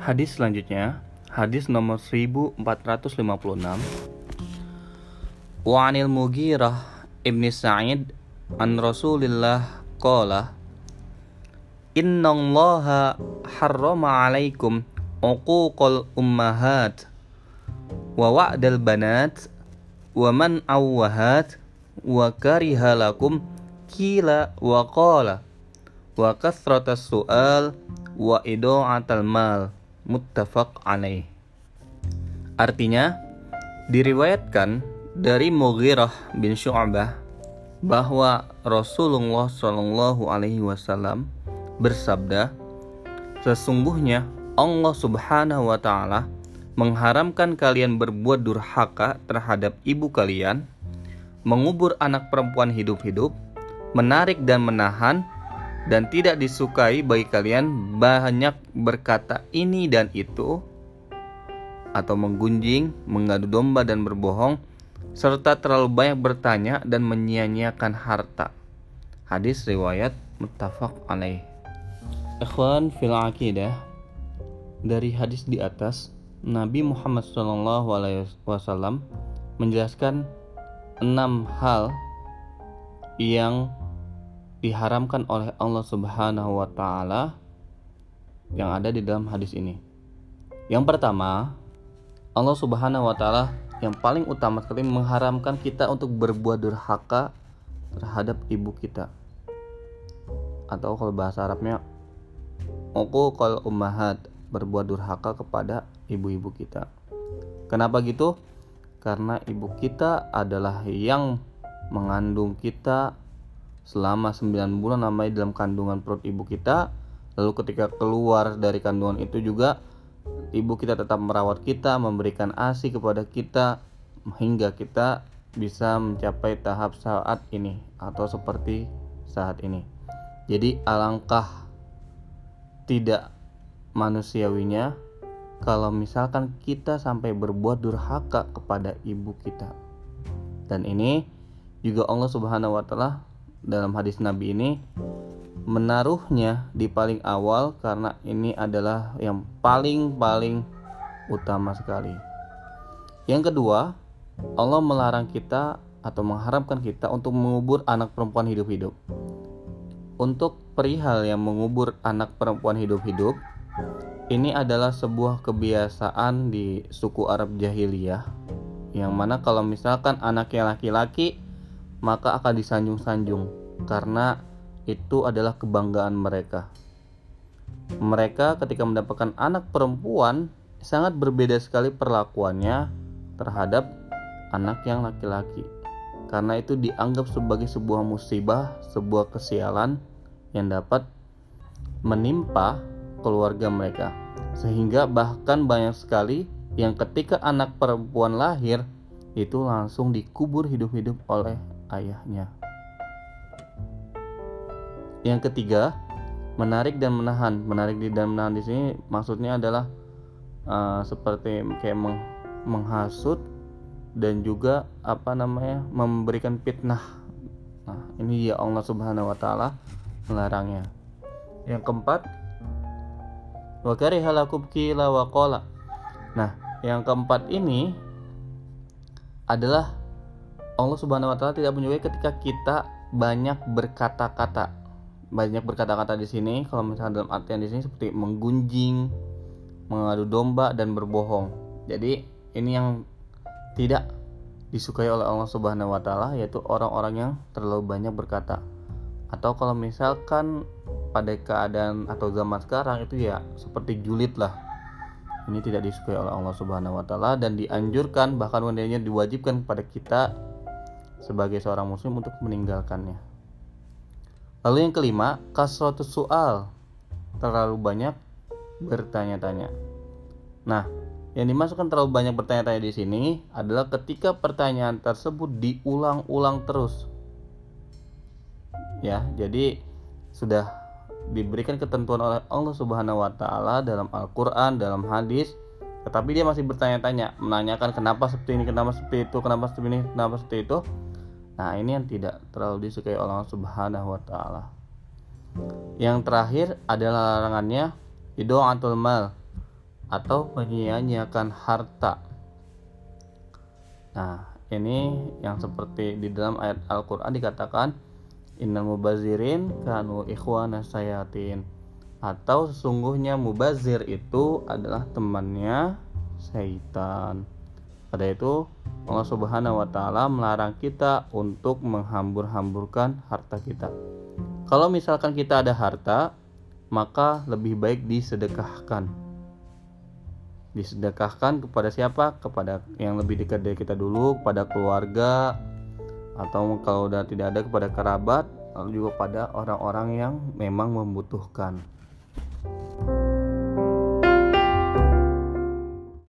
Hadis selanjutnya, hadis nomor 1456. Wa 'anil Mughirah ibni Sa'id an Rasulillah qala innallaha harrama 'alaikum uquqal ummahat wa wa'dal banat wa man awwahat wa kariha lakum kila wa qala wa kathratas su'al wa ida'atal mal, muttafaq alaih. Artinya, diriwayatkan dari Mughirah bin Syu'bah bahwa Rasulullah Shallallahu Alaihi Wasallam bersabda, sesungguhnya Allah Subhanahu Wa Taala mengharamkan kalian berbuat durhaka terhadap ibu kalian, mengubur anak perempuan hidup-hidup, menarik dan menahan, dan tidak disukai bagi kalian banyak berkata ini dan itu, atau menggunjing, mengadu domba dan berbohong, serta terlalu banyak bertanya dan menyia-nyiakan harta. Hadis riwayat muttafaq alaih. Ikhwan fil aqidah, dari hadis di atas, Nabi Muhammad SAW menjelaskan 6 hal yang diharamkan oleh Allah Subhanahu wa Ta'ala yang ada di dalam hadis ini. Yang pertama, Allah Subhanahu wa Ta'ala yang paling utama sekali mengharamkan kita untuk berbuat durhaka terhadap ibu kita, atau kalau bahasa Arabnya uquqal ummahat, berbuat durhaka kepada ibu-ibu kita. Kenapa gitu? Karena ibu kita adalah yang mengandung kita selama 9 bulan namanya dalam kandungan perut ibu kita. Lalu ketika keluar dari kandungan itu juga ibu kita tetap merawat kita, memberikan ASI kepada kita hingga kita bisa mencapai tahap saat ini atau seperti saat ini. Jadi alangkah tidak manusiawinya kalau misalkan kita sampai berbuat durhaka kepada ibu kita. Dan ini juga Allah Subhanahu wa Ta'ala dalam hadis Nabi ini menaruhnya di paling awal karena ini adalah yang paling utama sekali. Yang kedua, Allah melarang kita atau mengharamkan kita untuk mengubur anak perempuan hidup-hidup. Untuk perihal yang mengubur anak perempuan hidup-hidup, ini adalah sebuah kebiasaan di suku Arab jahiliyah, yang mana kalau misalkan anaknya laki-laki maka akan disanjung-sanjung karena itu adalah kebanggaan mereka. Mereka ketika mendapatkan anak perempuan sangat berbeda sekali perlakuannya terhadap anak yang laki-laki, karena itu dianggap sebagai sebuah musibah, sebuah kesialan yang dapat menimpa keluarga mereka, sehingga bahkan banyak sekali yang ketika anak perempuan lahir itu langsung dikubur hidup-hidup oleh ayahnya. Yang ketiga, menarik dan menahan. Menarik dan menahan di sini maksudnya adalah seperti kayak menghasut dan juga memberikan fitnah. Nah, ini ya Allah Subhanahu wa Ta'ala melarangnya. Yang keempat, wa kariha lakum qila wa qala. Nah, yang keempat ini adalah Allah Subhanahu wa Ta'ala tidak menyukai ketika kita banyak berkata-kata. Banyak berkata-kata di sini kalau misalnya dalam artian di sini seperti menggunjing, mengadu domba dan berbohong. Jadi ini yang tidak disukai oleh Allah Subhanahu wa Ta'ala, yaitu orang-orang yang terlalu banyak berkata. Atau kalau misalkan pada keadaan atau zaman sekarang itu ya seperti julid lah. Ini tidak disukai oleh Allah Subhanahu wa Ta'ala dan dianjurkan, bahkan wadahnya diwajibkan kepada kita sebagai seorang muslim untuk meninggalkannya. Lalu yang kelima, kasratus su'al, terlalu banyak bertanya-tanya. Nah, yang dimasukkan terlalu banyak bertanya-tanya di sini adalah ketika pertanyaan tersebut diulang-ulang terus. Ya, jadi sudah diberikan ketentuan oleh Allah Subhanahu wa Ta'ala dalam Al-Qur'an, dalam hadis, tetapi dia masih bertanya-tanya, menanyakan kenapa seperti ini, kenapa seperti itu, kenapa seperti ini, kenapa seperti itu. Nah, ini yang tidak terlalu disukai oleh Allah Subhanahu wa Ta'ala. Yang terakhir adalah larangannya ida'atul mal, atau menyia-nyiakan harta. Nah, ini yang seperti di dalam ayat Al-Qur'an dikatakan innal mubazirin kanu ikhwanas sayatin, atau sesungguhnya mubazir itu adalah temannya syaitan. Pada itu Allah Subhanahu wa taala melarang kita untuk menghambur-hamburkan harta kita. Kalau misalkan kita ada harta, maka lebih baik disedekahkan. Disedekahkan kepada siapa? Kepada yang lebih dekat dari kita dulu, kepada keluarga, atau kalau udah tidak ada kepada kerabat, lalu juga pada orang-orang yang memang membutuhkan.